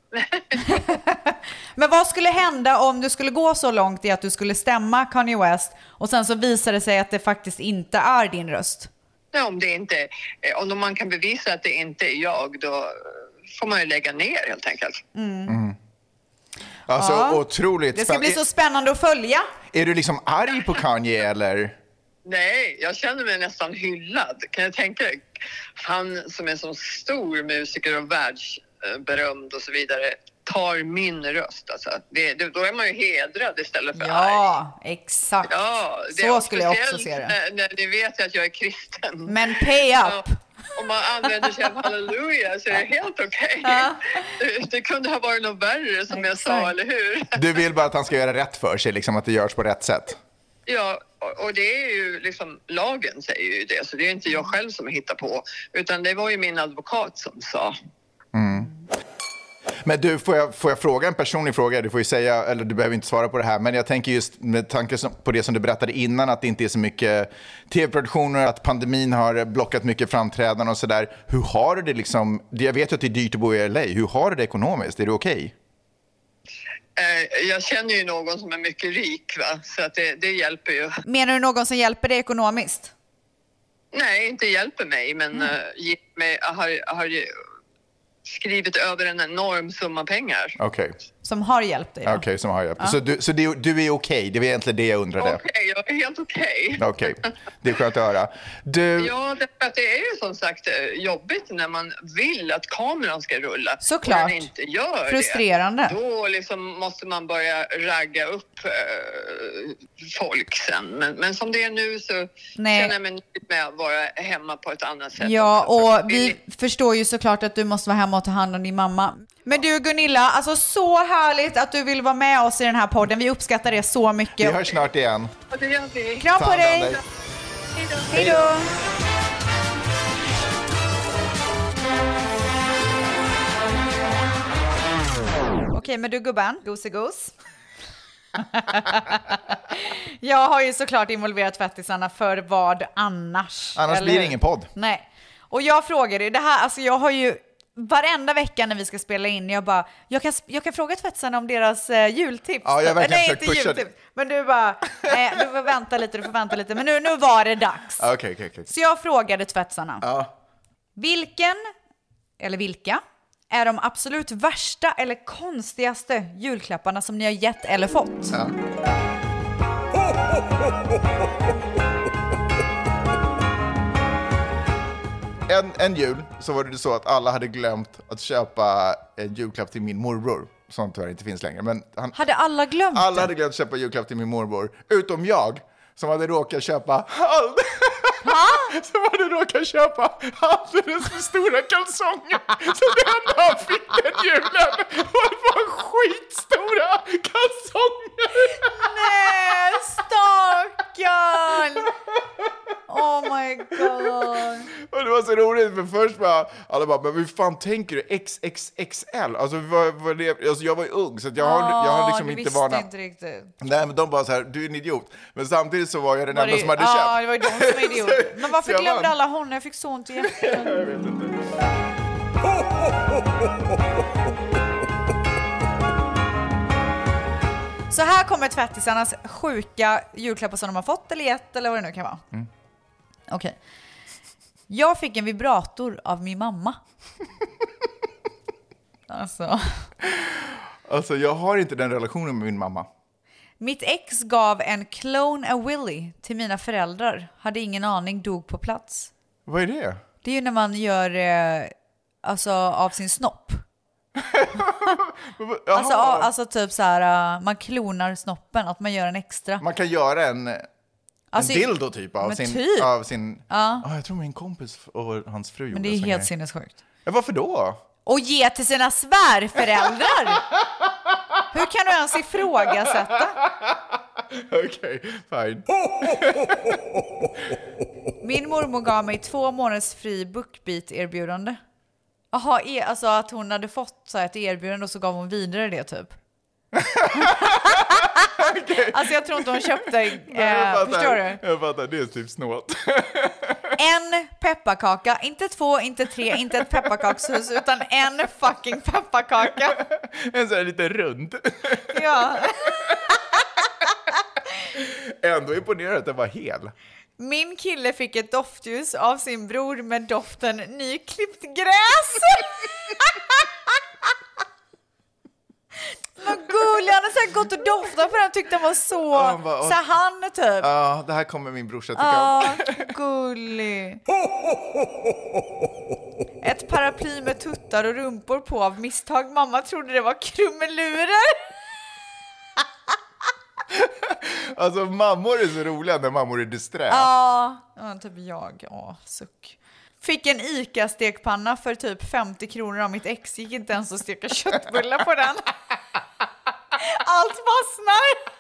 Men vad skulle hända om du skulle gå så långt i att du skulle stämma Kanye West och sen så visar det sig att det faktiskt inte är din röst? Ja, om det inte, om man kan bevisa att det inte är jag, då får man ju lägga ner helt enkelt. Mm. Mm. Alltså Ja. otroligt Det ska bli spännande. så spännande att följa. Är du liksom arg på Kanye eller? Nej, jag känner mig nästan hyllad. Kan jag tänka dig? Han som är så stor musiker och världsberömd och så vidare tar min röst. Alltså. Det, det, då är man ju hedrad istället för arg. Ja, exakt. Ja, det så är skulle jag också speciellt se det. När, när ni vet att jag är kristen. Men pay up. Om man använder sig av halleluja så är det helt okej. Ja. Det, det kunde ha varit något värre som jag sa, eller hur? Du vill bara att han ska göra rätt för sig, liksom att det görs på rätt sätt. Ja, och, och det är ju liksom, lagen säger ju det, så det är inte jag själv som hittar på, utan det var ju min advokat som sa. Mm. Men du, får jag, får jag fråga en personlig fråga? Du får ju säga, eller du behöver inte svara på det här, men jag tänker just med tanke på det som du berättade innan, att det inte är så mycket tv-produktioner, att pandemin har blockat mycket framträdanden och sådär. Hur har du det liksom, jag vet ju att det är dyrt att bo i L A, hur har du det ekonomiskt? Är det okej? Okay? Jag känner ju någon som är mycket rik, va? Så att det, det hjälper ju. Menar du någon som hjälper dig ekonomiskt? Nej, inte hjälper mig, men mm. uh, ge mig, har, har skrivit över en enorm summa pengar. Okej. Okay. Som har hjälpt dig? Okej, okay, som har hjälpt dig. Ja. Så, du, så du, du är okej? Okay. Det var egentligen det jag undrade. Okej, okay, jag är helt okej. Okay. Okej, okay. Det är skönt att höra. Du... Ja, det, det är ju som sagt jobbigt när man vill att kameran ska rulla. Såklart. Och den inte gör frustrerande. Det. Då liksom måste man börja ragga upp äh, folk sen. Men, men som det är nu så Nej. känner jag mig nöjd med att vara hemma på ett annat sätt. Ja, också. och vi förstår ju såklart att du måste vara hemma och ta hand om din mamma. Men du Gunilla, alltså så härligt att du vill vara med oss i den här podden. Vi uppskattar det så mycket. Vi hörs snart igen. Ja, det gör vi. Kram på dig. dig. Hej då. Okej, men du gubben, gosegos. Jag har ju såklart involverat tvättisarna för vad annars? Annars blir det ingen podd. Nej. Och jag frågade, det här, alltså jag har ju varenda vecka när vi ska spela in, jag bara, jag kan, jag kan fråga tvättisarna om deras uh, jultips. Ja, jag har verkligen nej, försökt inte pusha jultips. Men du bara, nej, du får vänta lite, du får vänta lite. Men nu, nu var det dags. Okej, okay, okej, okay, okay. Så jag frågade tvättisarna. Ja. Vilken, eller vilka, är de absolut värsta eller konstigaste julklapparna som ni har gett eller fått? Ja. En, en jul så var det så att alla hade glömt att köpa en julklapp till min morbror, som tyvärr inte finns längre. Men han, hade alla glömt Alla hade glömt att köpa julklapp till min morbror, utom jag som hade råkat köpa all... som hade råkat köpa alldeles för stora kalsonger. Så det enda han fick den julen var skitstora kalsonger. Nej, stackarn! Oh my god. Och det var så roligt, för först bara, alla bara, men hur fan tänker du? X X X L? Alltså, vad, vad det, alltså jag var ju ung, så att jag, har, jag har liksom du inte visste vana. inte riktigt. Nej, men de bara så här, du är en idiot. Men samtidigt så var jag den var enda det, som hade ja, köpt. Ja, det var ju de som var idiot. Men varför glömde vann. alla hon? Jag fick så ont i hjärtat. Jag vet inte. Så här kommer tvättisarnas sjuka julklappar som de har fått eller gett eller vad det nu kan vara. Mm. Okej. Okay. Jag fick en vibrator av min mamma. Alltså. Alltså jag har inte den relationen med min mamma. Mitt ex gav en clone a Willy till mina föräldrar. Hade ingen aning, dog på plats. Vad är det? Det är ju när man gör eh, alltså av sin snopp. alltså, alltså typ så här, man klonar snoppen, att man gör en extra. Man kan göra en, en alltså, dildo typ av sin, typ. av sin ja. Oh, jag tror min kompis och hans fru gjorde. Men det är helt sinnessjukt. Ja, varför då? Och ge till sina svärföräldrar. Hur kan du ens ifrågasätta? Okej, okay, fine. Min mormor gav mig två månaders fri bookbeat-erbjudande. Jaha, e- alltså att hon hade fått så här ett erbjudande och så gav hon vidare det typ. Okay. Alltså jag tror inte hon köpte, eh, jag förstår du? Jag fattar, det är typ snålt. En pepparkaka, inte två, inte tre, inte ett pepparkakshus, utan en fucking pepparkaka. En sån här lite rund. Ja. Ändå imponerad att den var hel. Min kille fick ett doftljus av sin bror med doften nyklippt gräs. Men gullig. Han hade så här gått och doftat på den och tyckte den var så... Han bara, så här, han typ. Ja, det här kommer min brorsa tycka Ja, om. gullig. Ett paraply med tuttar och rumpor på av misstag. Mamma trodde det var krumelurer. Alltså mammor är så roliga när mammor är disträ. Ja, ja typ jag. Åh, suck. Fick en Ica-stekpanna för typ femtio kronor av mitt ex. Gick inte ens att steka köttbullar på den. Allt fastnar.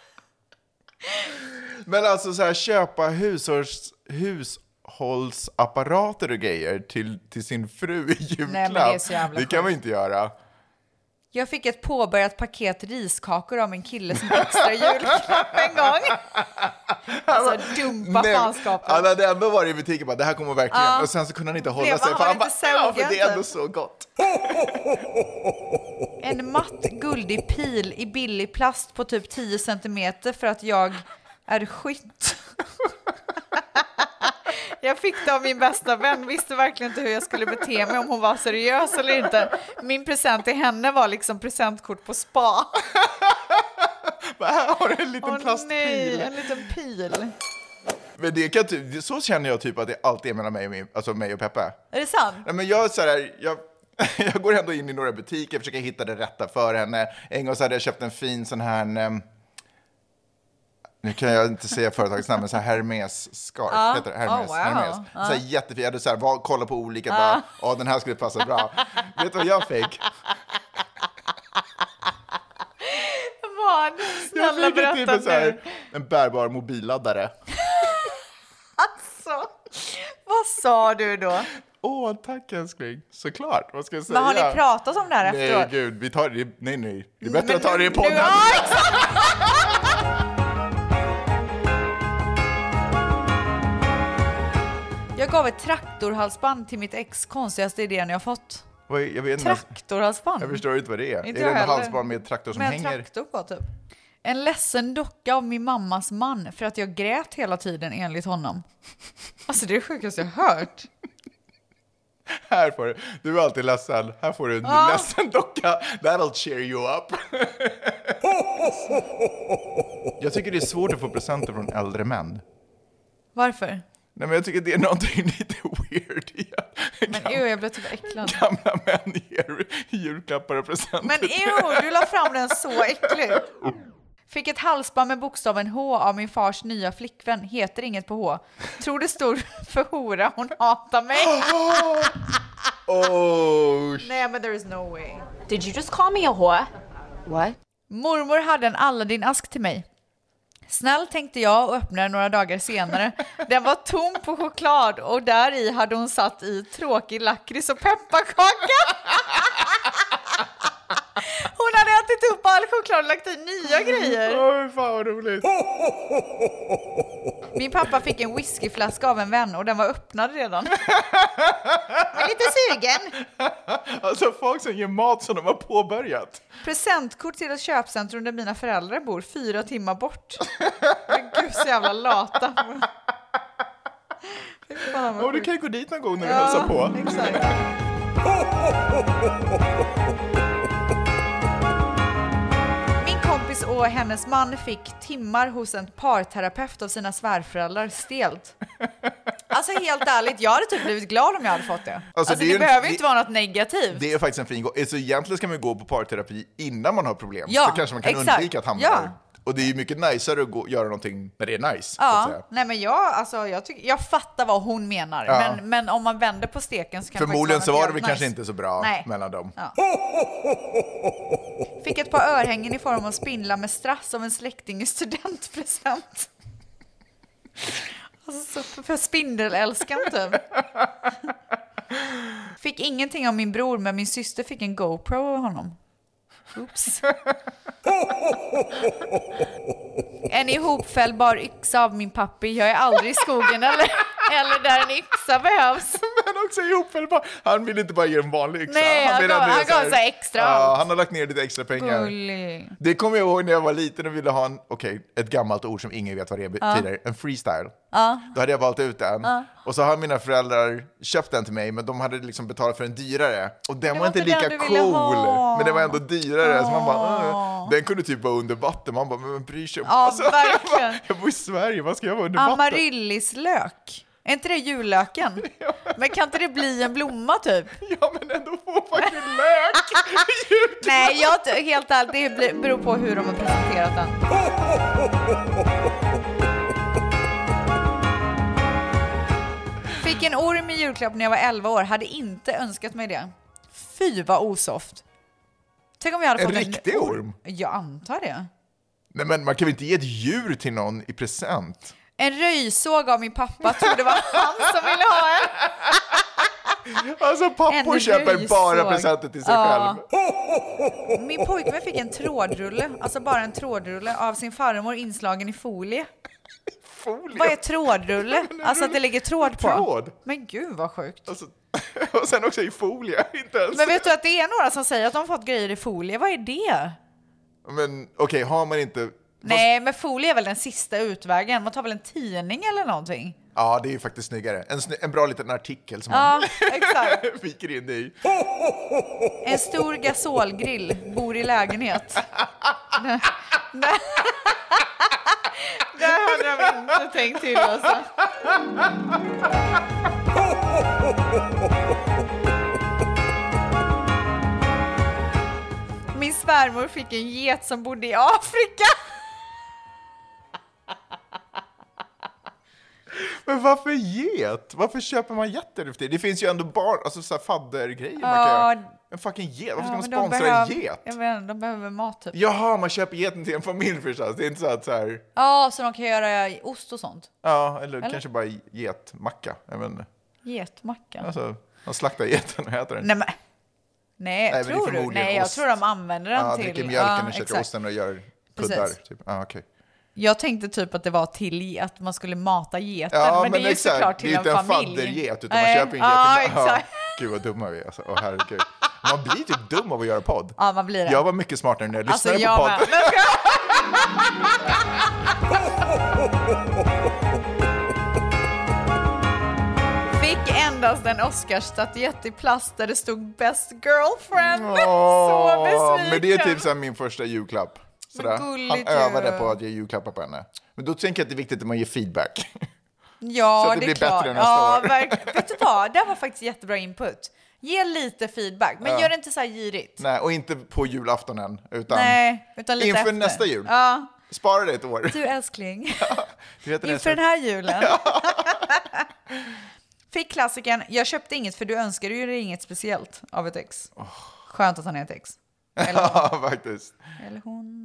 Men alltså så här, köpa hushålls, hushållsapparater och grejer till, till sin fru i julklapp. Nej, men det är så jävla det kan man inte göra. Jag fick ett påbörjat paket riskakor av en kille som extra julklapp en gång. Alltså dumpa fanskapet. Han hade ändå varit i butiken bara, det här kommer verkligen. Ja. Och sen så kunde han inte hålla Blev sig. Han för han bara, ja, för det är ändå så gott. En matt guldig pil i billig plast på typ tio centimeter för att jag är skytt. Jag fick det av min bästa vän. Visste verkligen inte hur jag skulle bete mig, om hon var seriös eller inte. Min present till henne var liksom presentkort på spa. Här har du en liten Åh, plastpil. Nej, en liten pil. Men det kan typ, så känner jag typ att det alltid är mellan mig och, min, alltså mig och Peppe. Är det sant? Nej, men jag, så här, jag, jag går ändå in i några butiker, försöker hitta det rätta för henne. En gång så hade jag köpt en fin sån här... Um, nu kan jag inte säga företagets namn, men så här Hermes-scarf. Ja. Heter det? Hermes. Oh, wow. Hermes. Ja. Så här jättefin. Jag hade så här, var, kolla på olika, Ja. bara, ja, den här skulle passa bra. Vet du vad jag fick? Vad? Snälla Jag fick berätta typ en, så här, nu. en bärbar mobilladdare. Alltså, vad sa du då? Åh, tack älskling. Såklart, vad ska jag säga? Men har ni pratat om det här nej, efteråt? Nej, gud, vi tar det. Nej, nej. Det är bättre Men att ta det i nu- podden. nu- ja, exakt. Jag gav ett traktorhalsband till mitt ex. Konstigaste idén jag fått. Vad är- Jag vet inte ens- Traktorhalsband? Jag förstår inte vad det är. Inte är jag det en heller. halsband med ett traktor som med hänger? En traktor på typ. En ledsen docka av min mammas man för att jag grät hela tiden enligt honom. Alltså det är det sjukaste jag hört. Här får du. Du är alltid ledsen. Här får du en Ja. ledsen docka. That'll cheer you up. Jag tycker det är svårt att få presenter från äldre män. Varför? Nej, men jag tycker det är någonting lite weird i att Men ew, jag blev typ äcklad. gamla män ger julklappar och presenter. Men ew, du la fram den så äckligt. Fick ett halsband med bokstaven H av min fars nya flickvän. Heter inget på H. Tror det stod för hora, hon hatar mig. Oh. Nej, men there is no way. Did you just call me a whore? What? Mormor hade en Aladdin-ask till mig. Snäll tänkte jag och öppnade några dagar senare. Den var tom på choklad och där i hade hon satt i tråkig lakrits och pepparkaka. Hon hade ätit upp all choklad och lagt i nya grejer. Oj, fan vad roligt. Min pappa fick en whiskyflaska av en vän och den var öppnad redan. Men lite sugen. Alltså folk som ger mat som de har påbörjat. Presentkort till ett köpcentrum där mina föräldrar bor fyra timmar bort. Men gud, så jävla lata. Och du kan ju gå dit någon gång när du Ja, hälsar på. Exakt. Min kompis och hennes man fick timmar hos en parterapeut av sina svärföräldrar. Stelt. Alltså helt ärligt, jag hade typ blivit glad om jag hade fått det. Alltså, alltså det, det en, behöver det, inte vara något negativt. Det är faktiskt en fin gång. Så egentligen ska man gå på parterapi innan man har problem. Ja, så kanske man kan exakt. undvika att hamna Ja. där. Och det är ju mycket najsare att gå, göra någonting när det är nice. Ja, så att säga. nej men jag, alltså, jag, tyck, jag fattar vad hon menar. Ja. Men, men om man vänder på steken så kan Förmodligen det så var det väl väl kanske inte så bra Nej. mellan dem. Ja. Fick ett par örhängen i form av spindlar med strass av en släkting i studentpresent. Alltså så för spindelälskan typ. Fick ingenting av min bror, men min syster fick en GoPro av honom. Oops. En ihopfällbar yxa av min pappi. Jag är aldrig i skogen eller, eller där en yxa behövs. Men också ihopfällbar. Han vill inte bara ge en vanlig yxa. Nej, han vill gav- ändå han så här- gav så här extra Ja, allt. han har lagt ner lite extra pengar. Gullig. Det kommer jag ihåg när jag var liten och ville ha en, okej, ett gammalt ord som ingen vet vad det betyder. En freestyle. Ja. Då hade jag valt ut den. Ja. Och så har mina föräldrar köpt den till mig, men de hade liksom betalat för en dyrare. Och den Det var var inte inte lika den du ville cool. ha. Men den var ändå dyrare. Så man bara, "Åh." Ja. Den kunde typ vara under vatten. Man bara, men vem bryr sig om... Ja, alltså, verkligen. Jag, bara, jag bor i Sverige, vad ska jag vara under vatten? Amaryllislök. Är inte det jullöken? Ja, men... men kan inte det bli en blomma typ? Ja, men ändå få fucking lök. Nej, jag helt ärligt, det beror på hur de har presenterat den. Fick en orm i julklapp när jag var elva år. Hade inte önskat mig det. Fy vad osoft. Tänk om jag hade en fått en riktig orm. orm. Jag antar det. Nej, men man kan väl inte ge ett djur till någon i present? En röjsåg av min pappa, tror det var han som ville ha en. Alltså pappor köper bara presenter till sig ja. själv. Min pojkvän fick en trådrulle, alltså bara en trådrulle av sin farmor inslagen i folie. Folie? Vad är trådrulle? Alltså att det ligger tråd på. Tråd? Men gud vad sjukt. Alltså, och sen också i folie, inte ens. Men vet du att det är några som säger att de fått grejer i folie? Vad är det? Men okej, okay, har man inte... Nej, men folie är väl den sista utvägen. Man tar väl en tidning eller någonting? Ja, det är ju faktiskt snyggare. En, sny- en bra liten artikel som ja, man exakt. viker in i. En stor gasolgrill, bor i lägenhet. Det, det, det hade jag inte tänkt till alltså. Min svärmor fick en get som bodde i Afrika. Men varför get? Varför köper man getter efter det? Det finns ju ändå barn, alltså så här faddergrejer man ja, kan göra. En fucking get, varför ja, ska man sponsra behöv, en get? Jag vet inte, de behöver mat typ. Jaha, man köper geten till en familj förstås. Det är inte så att så här... Ja, så de kan göra ost och sånt. Ja, eller, eller? kanske bara getmacka. Jag vet inte. Getmacka? Alltså, de slaktar geten och äter den. Nej, men... Nej, Nej, tror du? Nej, jag ost. tror de använder den ja, till... Ja, dricker mjölken ja, och köper osten och gör kuddar. Typ. Ah, okay. Jag tänkte typ att det var till att man skulle mata geten, ja, men, men det är ju exakt. såklart till en familj. Det är inte en fadderget, utan Nej. man köper en ja, get. Exakt. Ja, gud vad dumma vi är. Alltså. Åh, herregud. Man blir typ dum av att göra podd. Ja, man blir det. Jag var mycket smartare när jag lyssnade alltså, jag på podd. Fick endast en Oscarsstatyett i plast där det stod Best Girlfriend. Åh, så besviken. Men det är typ så här min första julklapp. Sådär. Han övade ju. på att ge julklappar på henne. Men då tänker jag att det är viktigt att man ger feedback. Ja, så att det, det blir är klart. bättre nästa ja, år. Verkligen. Vet du vad? Det var faktiskt jättebra input. Ge lite feedback, men ja. gör det inte så här girigt. Nej, och inte på julaftonen, utan, Nej, utan lite inför efter. nästa jul. Ja. Spara det ett år. Du älskling. Ja, du vet inför den här julen. Fick klassiken, jag köpte inget för du önskade ju inget speciellt av ett ex. Oh. Skönt att han är ett ex. Eller ja, faktiskt. Eller hon.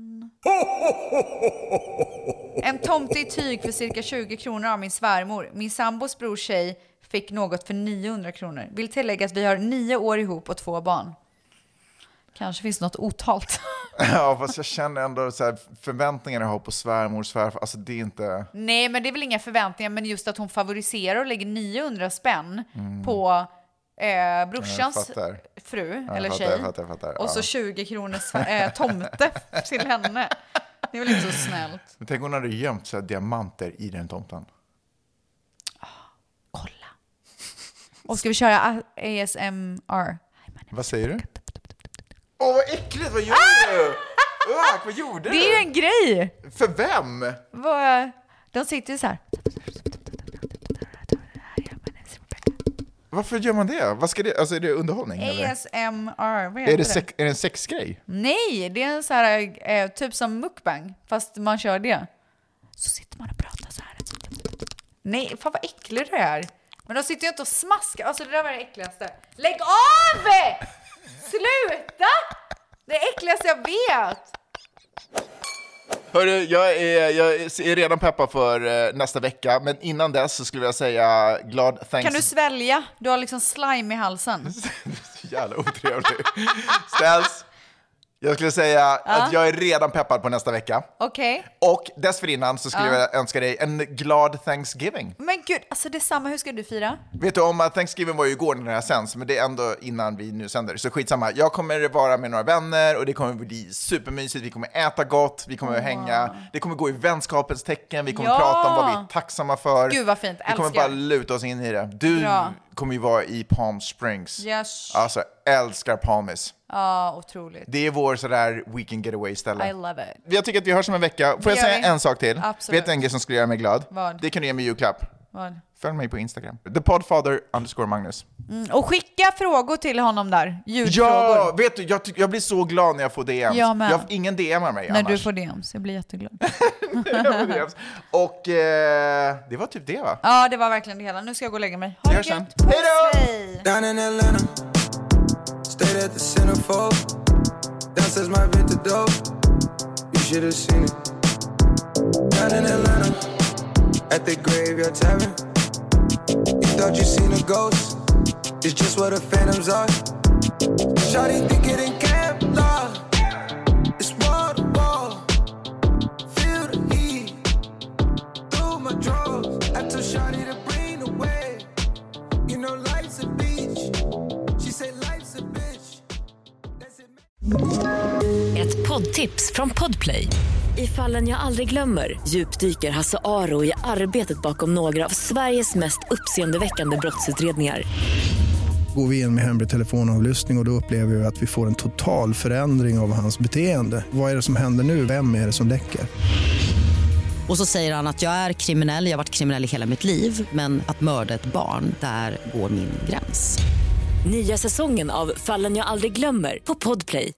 En tomte i tyg för cirka tjugo kronor av min svärmor. Min sambos brors tjej fick något för niohundra kronor. Vill tillägga att vi har nio år ihop och två barn. Kanske finns något otalt. Ja, fast jag känner ändå så här, förväntningarna jag har på svärmor, svärfar, alltså det är inte... Nej, men det är väl inga förväntningar, men just att hon favoriserar och lägger niohundra spänn mm. på eh, brorsans fru, ja, eller fattar, tjej. Jag fattar, jag fattar, och ja. så tjugo kronors äh, tomte till henne. Det är väl inte så snällt. Men tänk om hon hade gömt så här diamanter i den tomten. Oh, kolla. Och ska vi köra A S M R? Vad säger du? Åh, oh, vad äckligt, vad gjorde du? Uak, vad gjorde du? Det är ju en grej. För vem? Vad? De sitter ju så här. Varför gör man det? Vad ska det? Alltså är det underhållning? A S M R, vad är heter det? det? Sex, är det en sexgrej? Nej, det är en så här, eh, typ som mukbang, fast man kör det. Så sitter man och pratar så här. Nej, fan vad äcklig du är. Men de sitter ju inte och smaskar. Alltså det där var det äckligaste. Lägg av! Sluta! Det äckligaste jag vet. Hörru, jag är, jag är redan peppad för nästa vecka. Men innan dess så skulle jag säga glad thanks... Kan du svälja? Du har liksom slime i halsen. Det är så jävla otrevligt. Ställs. Jag skulle säga ja. att jag är redan peppad på nästa vecka. Okej. Okay. Och dessförinnan så skulle ja. jag önska dig en glad Thanksgiving. Men gud, alltså det är samma. Hur ska du fira? Vet du om att Thanksgiving var ju igår när det här sänds, men det är ändå innan vi nu sänder. Så skitsamma. Jag kommer vara med några vänner och det kommer bli supermysigt. Vi kommer äta gott, vi kommer oh. hänga. Det kommer gå i vänskapens tecken. Vi kommer ja. prata om vad vi är tacksamma för. Gud vad fint, älskar. Vi kommer bara luta oss in i det. Du Bra. kommer ju vara i Palm Springs. Yes. Alltså, älskar Palmis. Ja, otroligt. Det är vår sådär weekend getaway-ställe. I love it. Jag tycker att vi hörs om en vecka. Får Det jag säga gör vi. en sak till? Absolut. Vet du en grej som skulle göra mig glad? Vad? Det kan du ge mig julklapp. Vad? Följ mig på Instagram. The Podfather underscore Magnus. Mm, och skicka frågor till honom där. Ljudfrågor. Ja, vet du, jag, ty- jag blir så glad när jag får D Ms. Jag med. Jag, ingen D M:ar mig När annars. du får D Ms, jag blir jätteglad. Jag får D Ms. Och eh, det var typ det, va? Ja, det var verkligen det hela. Nu ska jag gå och lägga mig. Ha Vi det hörs sen. gött. Puss, hej! Down in Atlanta, stayed at the centerfold. Downstairs my vintage dope, you should have seen it. Down in Atlanta, at the Graveyard Tavern. You thought you seen a ghost, it's just what the phantoms are. Shawty think it in camp, love. It's wall to wall, feel the heat through my drawers. I told Shawty to bring the wave. You know life's a beach. She said life's a bitch. Ett poddtips från Podplay. I Fallen jag aldrig glömmer djupdyker Hasse Aro i arbetet bakom några av Sveriges mest uppseendeväckande brottsutredningar. Går vi in med hemlig telefonavlyssning och, och då upplever vi att vi får en total förändring av hans beteende. Vad är det som händer nu? Vem är det som läcker? Och så säger han att jag är kriminell, jag har varit kriminell i hela mitt liv. Men att mörda ett barn, där går min gräns. Nya säsongen av Fallen jag aldrig glömmer på Podplay.